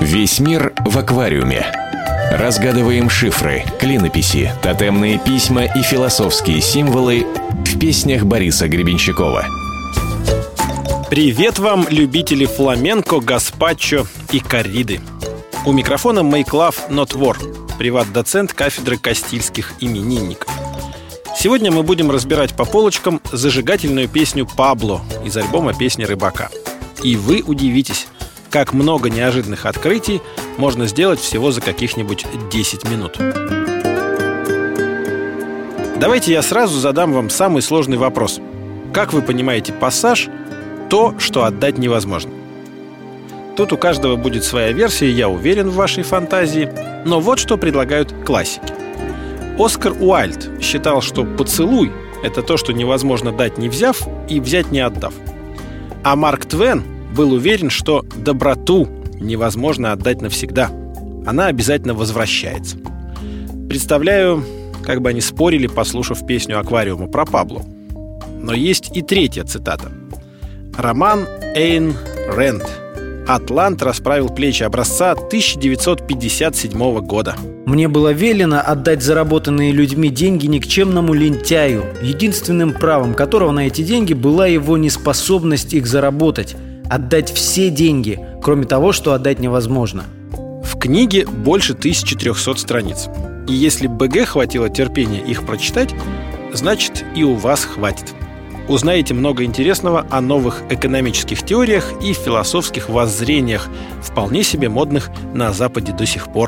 Весь мир в аквариуме. Разгадываем шифры, клинописи, тотемные письма и философские символы в песнях Бориса Гребенщикова. Привет вам, любители фламенко, гаспачо и корриды. У микрофона Make Love Not War, приват-доцент кафедры кастильских именинников. Сегодня мы будем разбирать по полочкам зажигательную песню «Пабло» из альбома «Песня рыбака». И вы удивитесь, как много неожиданных открытий можно сделать всего за каких-нибудь 10 минут. Давайте я сразу задам вам самый сложный вопрос. Как вы понимаете пассаж «то, что отдать невозможно»? Тут у каждого будет своя версия, я уверен в вашей фантазии. Но вот что предлагают классики. Оскар Уайльд считал, что поцелуй – это то, что невозможно дать не взяв и взять не отдав. А Марк Твен был уверен, что доброту невозможно отдать навсегда. Она обязательно возвращается. Представляю, как бы они спорили, послушав песню «Аквариума» про Пабло. Но есть и третья цитата. Роман Эйн Рэнд «Атлант расправил плечи» образца 1957 года. Мне было велено отдать заработанные людьми деньги никчемному лентяю, единственным правом которого на эти деньги была его неспособность их заработать. Отдать все деньги, кроме того, что отдать невозможно. В книге больше 1300 страниц. И если БГ хватило терпения их прочитать, значит и у вас хватит. Узнаете много интересного о новых экономических теориях и философских воззрениях, вполне себе модных на Западе до сих пор.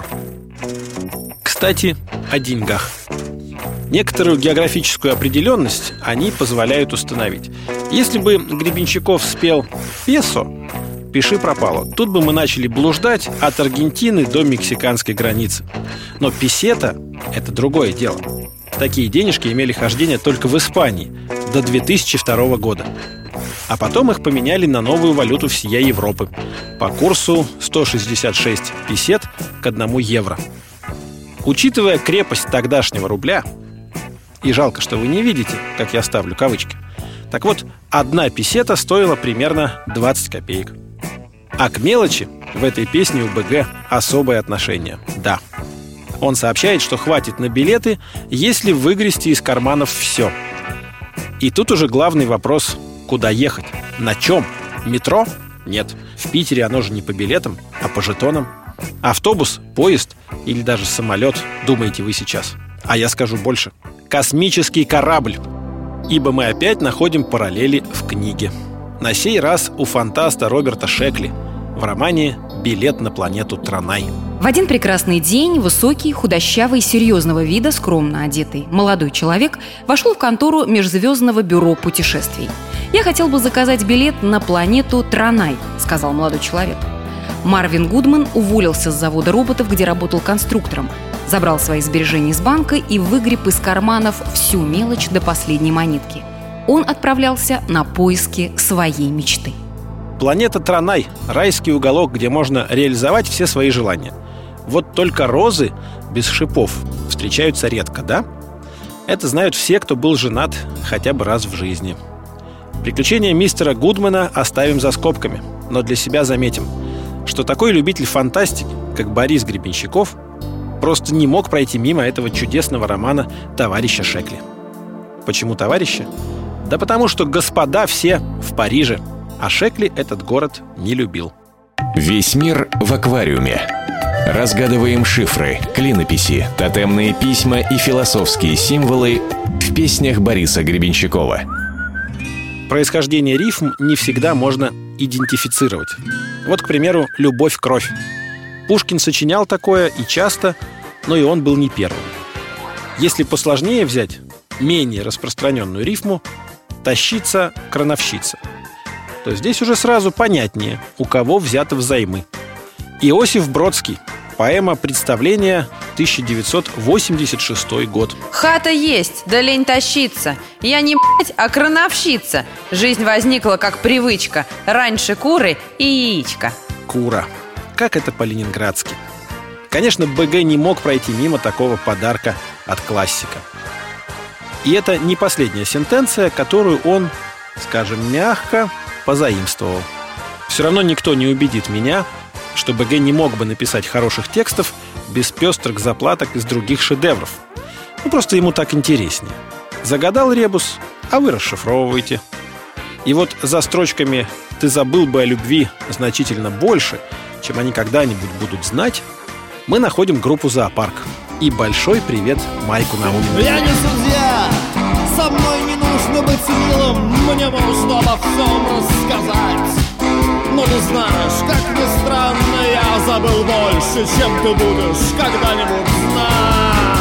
Кстати, о деньгах. Некоторую географическую определенность они позволяют установить. Если бы Гребенщиков спел «Песо», пиши пропало. Тут бы мы начали блуждать от Аргентины до мексиканской границы. Но песета – это другое дело. Такие денежки имели хождение только в Испании до 2002 года. А потом их поменяли на новую валюту всей Европы по курсу 166 песет к 1 евро. Учитывая крепость тогдашнего рубля, и жалко, что вы не видите, как я ставлю кавычки, так вот, 1 песета стоила примерно 20 копеек. А к мелочи в этой песне у БГ особое отношение. Да. Он сообщает, что хватит на билеты, если выгрести из карманов все. И тут уже главный вопрос: куда ехать? На чем? Метро? Нет. В Питере оно же не по билетам, а по жетонам. Автобус, поезд или даже самолет, думаете вы сейчас. А я скажу больше. Космический корабль. Ибо мы опять находим параллели в книге. На сей раз у фантаста Роберта Шекли в романе «Билет на планету Транай». В один прекрасный день высокий, худощавый, серьезного вида, скромно одетый молодой человек вошел в контору Межзвездного бюро путешествий. «Я хотел бы заказать билет на планету Транай», — сказал молодой человек. Марвин Гудман уволился с завода роботов, где работал конструктором, забрал свои сбережения из банка и выгреб из карманов всю мелочь до последней монетки. Он отправлялся на поиски своей мечты. Планета Транай – райский уголок, где можно реализовать все свои желания. Вот только розы без шипов встречаются редко, да? Это знают все, кто был женат хотя бы раз в жизни. Приключения мистера Гудмана оставим за скобками, но для себя заметим, что такой любитель фантастики, как Борис Гребенщиков, просто не мог пройти мимо этого чудесного романа товарища Шекли. Почему товарища? Да потому что господа все в Париже, а Шекли этот город не любил. Весь мир в аквариуме. Разгадываем шифры, клинописи, тотемные письма и философские символы в песнях Бориса Гребенщикова. Происхождение рифм не всегда можно идентифицировать. Вот, к примеру, «Любовь-кровь». Пушкин сочинял такое и часто, но и он был не первым. Если посложнее взять менее распространенную рифму «тащица-крановщица», то здесь уже сразу понятнее, у кого взято взаймы. Иосиф Бродский. Поэма «Представление», 1986 год. Хата есть, да лень тащиться. Я не б***ь, а крановщица. Жизнь возникла как привычка. Раньше куры и яичко. Кура. Как это по-ленинградски. Конечно, БГ не мог пройти мимо такого подарка от классика. И это не последняя сентенция, которую он, скажем мягко, позаимствовал. Все равно никто не убедит меня, что БГ не мог бы написать хороших текстов без пестрых заплаток из других шедевров. Просто ему так интереснее. Загадал ребус, а вы расшифровываете. И вот за строчками «Ты забыл бы о любви значительно больше, чем они когда-нибудь будут знать», мы находим группу «Зоопарк». И большой привет Майку Наумину. Я не судья, со мной не нужно быть милым, мне нужно обо всем рассказать. Но ты знаешь, как ни странно, я забыл больше, чем ты будешь когда-нибудь знать.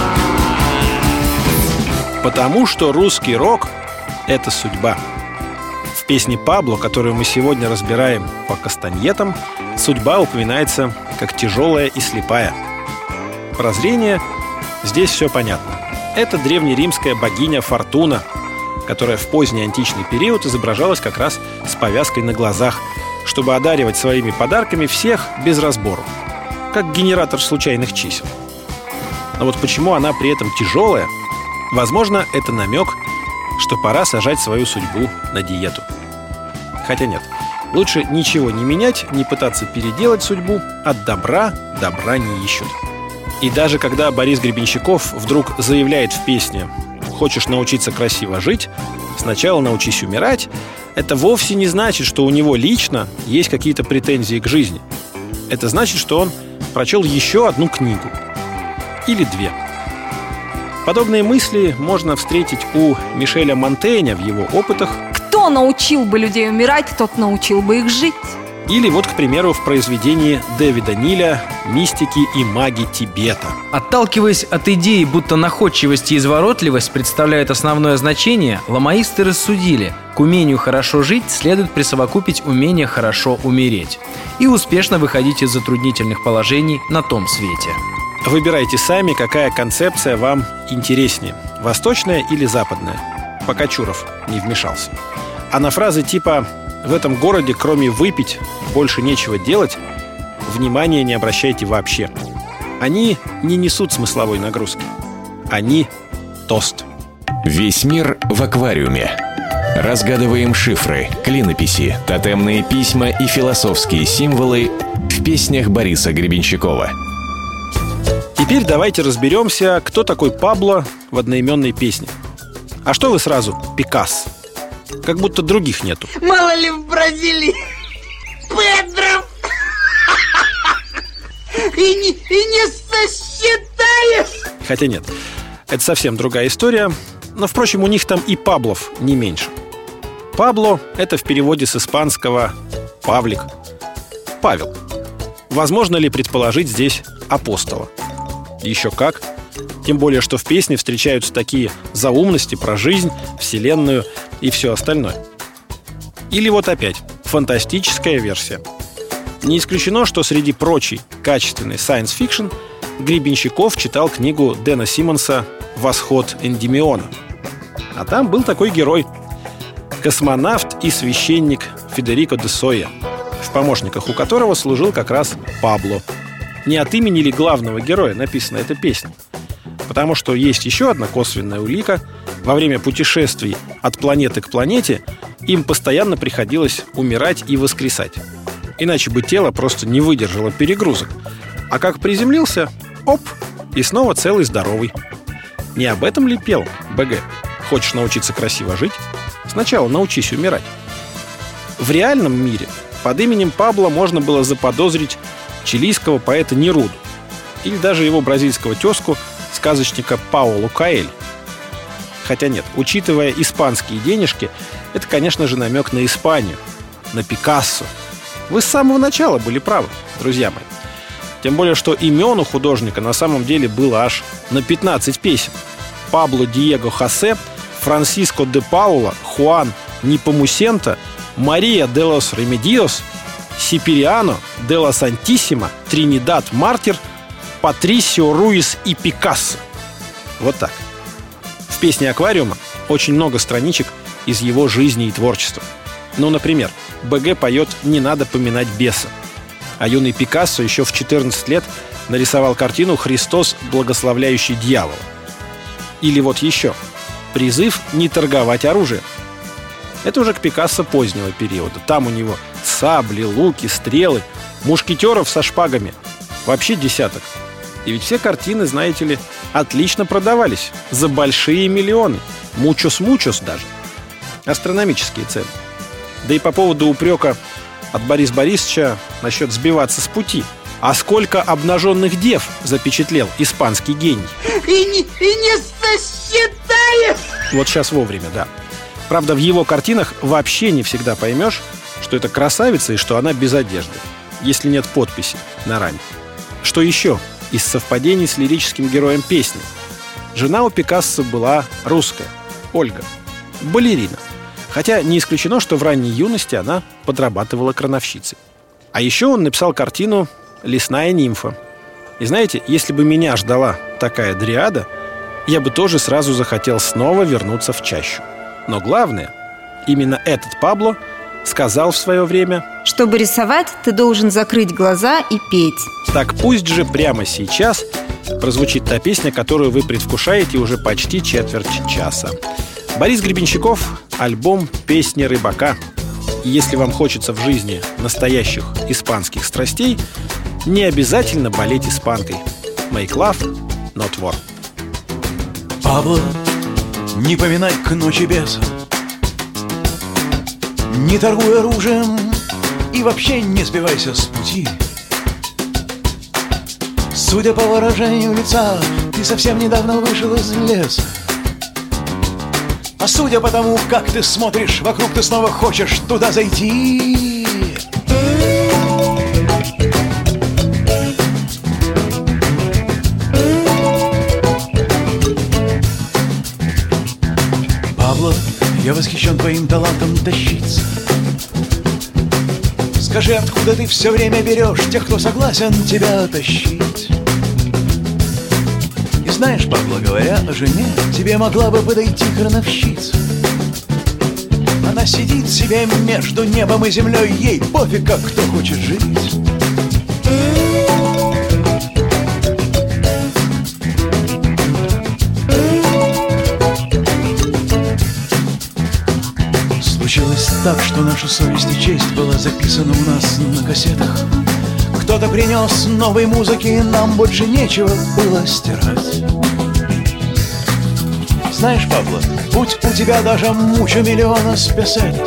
Потому что русский рок — это судьба. В песне Пабло, которую мы сегодня разбираем по кастаньетам, судьба упоминается как тяжелая и слепая. Прозрение — здесь все понятно. Это древнеримская богиня Фортуна, которая в поздний античный период изображалась как раз с повязкой на глазах, чтобы одаривать своими подарками всех без разбору, как генератор случайных чисел. Но вот почему она при этом тяжелая? Возможно, это намек, что пора сажать свою судьбу на диету. Хотя нет, лучше ничего не менять, не пытаться переделать судьбу. От добра не ищут. И даже когда Борис Гребенщиков вдруг заявляет в песне «Хочешь научиться красиво жить? Сначала научись умирать», это вовсе не значит, что у него лично есть какие-то претензии к жизни. Это значит, что он прочел еще одну книгу. Или две. Подобные мысли можно встретить у Мишеля Монтейня в его опытах. Кто научил бы людей умирать, тот научил бы их жить. Или вот, к примеру, в произведении Дэвида Ниля «Мистики и маги Тибета». Отталкиваясь от идеи, будто находчивость и изворотливость представляют основное значение, ламаисты рассудили: к умению хорошо жить следует присовокупить умение хорошо умереть и успешно выходить из затруднительных положений на том свете. Выбирайте сами, какая концепция вам интереснее, восточная или западная. Пока Чуров не вмешался. А на фразы типа «в этом городе, кроме выпить, больше нечего делать», внимания не обращайте вообще. Они не несут смысловой нагрузки. Они тост. Весь мир в аквариуме. Разгадываем шифры, клинописи, тотемные письма и философские символы в песнях Бориса Гребенщикова. Теперь давайте разберемся, кто такой Пабло в одноименной песне. А что вы сразу «Пикассо»? Как будто других нету. Мало ли в Бразилии Педро и не сосчитаешь. Хотя нет, это совсем другая история. Но, впрочем, у них там и Паблов не меньше. Пабло — это в переводе с испанского «Павлик», Павел. Возможно ли предположить здесь апостола? Еще как. Тем более, что в песне встречаются такие заумности про жизнь, вселенную и все остальное. Или вот опять фантастическая версия. Не исключено, что среди прочей качественной сайенс-фикшн Гребенщиков читал книгу Дэна Симмонса «Восход Эндимиона». А там был такой герой — космонавт и священник Федерико де Сойя, в помощниках у которого служил как раз Пабло. Не от имени ли главного героя написана эта песня? Потому что есть еще одна косвенная улика. Во время путешествий от планеты к планете им постоянно приходилось умирать и воскресать. Иначе бы тело просто не выдержало перегрузок. А как приземлился — оп, и снова целый-здоровый. Не об этом ли пел БГ? Хочешь научиться красиво жить? Сначала научись умирать. В реальном мире под именем Пабло можно было заподозрить чилийского поэта Неруду или даже его бразильского тезку, сказочника Паоло Коэльо. Хотя нет, учитывая испанские денежки, это, конечно же, намек на Испанию, на Пикассо. Вы с самого начала были правы, друзья мои. Тем более, что имен у художника на самом деле было аж на 15 песен. Пабло Диего Хосе, Франсиско де Паула, Хуан Непомусента, Мария де лос Ремедиос, Сипириано де ла Сантиссима, Тринидад Мартир, Патрисио Руис и Пикассо. Вот так. В песне «Аквариума» очень много страничек из его жизни и творчества. Ну, например, БГ поет «Не надо поминать беса», а юный Пикассо еще в 14 лет нарисовал картину «Христос, благословляющий дьявола». Или вот еще призыв не торговать оружием. Это уже к Пикассо позднего периода. Там у него сабли, луки, стрелы. Мушкетеров со шпагами вообще десяток. И ведь все картины, знаете ли, отлично продавались за большие миллионы. Мучос даже. Астрономические цены. Да и по поводу упрека от Бориса Борисовича насчет сбиваться с пути. А сколько обнаженных дев запечатлел испанский гений? И не сосчитаешь! Вот сейчас вовремя, да. Правда, в его картинах вообще не всегда поймешь, что это красавица и что она без одежды, если нет подписи на раме. Что еще из совпадений с лирическим героем песни? Жена у Пикассо была русская, Ольга, балерина. Хотя не исключено, что в ранней юности она подрабатывала крановщицей. А еще он написал картину «Лесная нимфа». И знаете, если бы меня ждала такая дриада, я бы тоже сразу захотел снова вернуться в чащу. Но главное, именно этот Пабло сказал в свое время: чтобы рисовать, ты должен закрыть глаза и петь. так пусть же прямо сейчас прозвучит та песня, которую вы предвкушаете уже почти четверть часа. Борис Гребенщиков, альбом «Песни рыбака». И если вам хочется в жизни настоящих испанских страстей, не обязательно болеть испанкой. Make love, not war. Пабло, не поминай к ночи беса, не торгуй оружием и вообще не сбивайся с пути. Судя по выражению лица, ты совсем недавно вышел из леса. А судя по тому, как ты смотришь вокруг, ты снова хочешь туда зайти. Пабло, я восхищен твоим талантом тащиться. Скажи, откуда ты все время берешь тех, кто согласен тебя тащить? И знаешь, Пабло, говоря о жене, тебе могла бы подойти крановщица. Она сидит себе между небом и землей, ей пофиг, как кто хочет жить. Случилось так, что наша совесть и честь была записана у нас на кассетах. Кто-то принес новой музыки, и нам больше нечего было стирать. Знаешь, Пабло, будь у тебя даже мучо миллиона песетос,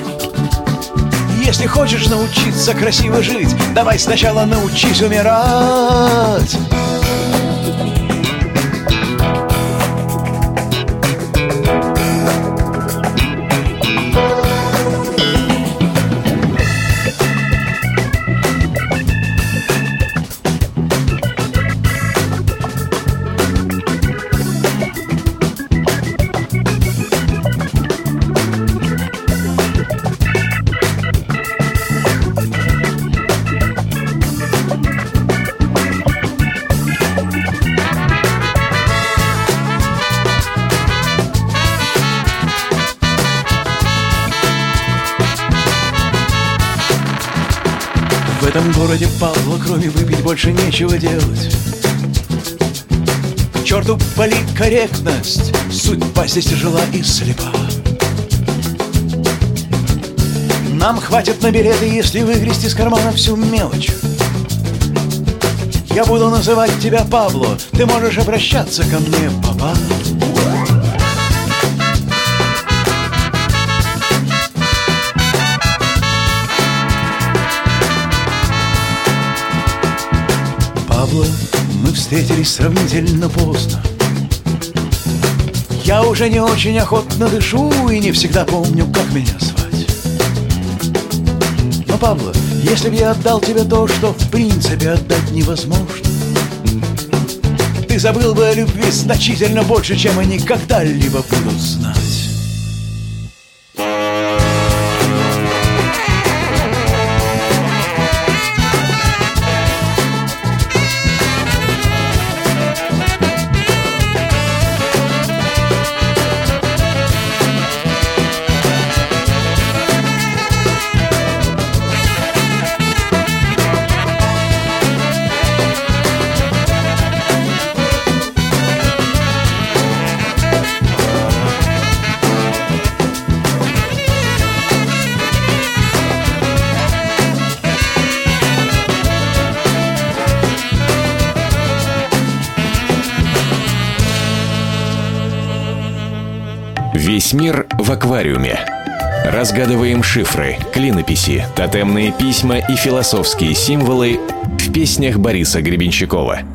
если хочешь научиться красиво жить, давай сначала научись умирать. В этом городе, Пабло, кроме выпить больше нечего делать. К черту политкорректность, судьба здесь тяжела и слепа. Нам хватит на билеты, если выгрести из кармана всю мелочь. Я буду называть тебя Пабло, ты можешь обращаться ко мне, папа. Пабло, мы встретились сравнительно поздно. Я уже не очень охотно дышу и не всегда помню, как меня звать. Но, Пабло, если б я отдал тебе то, что в принципе отдать невозможно, ты забыл бы о любви значительно больше, чем они когда-либо будут знать. Весь мир в аквариуме. Разгадываем шифры, клинописи, тотемные письма и философские символы в песнях Бориса Гребенщикова.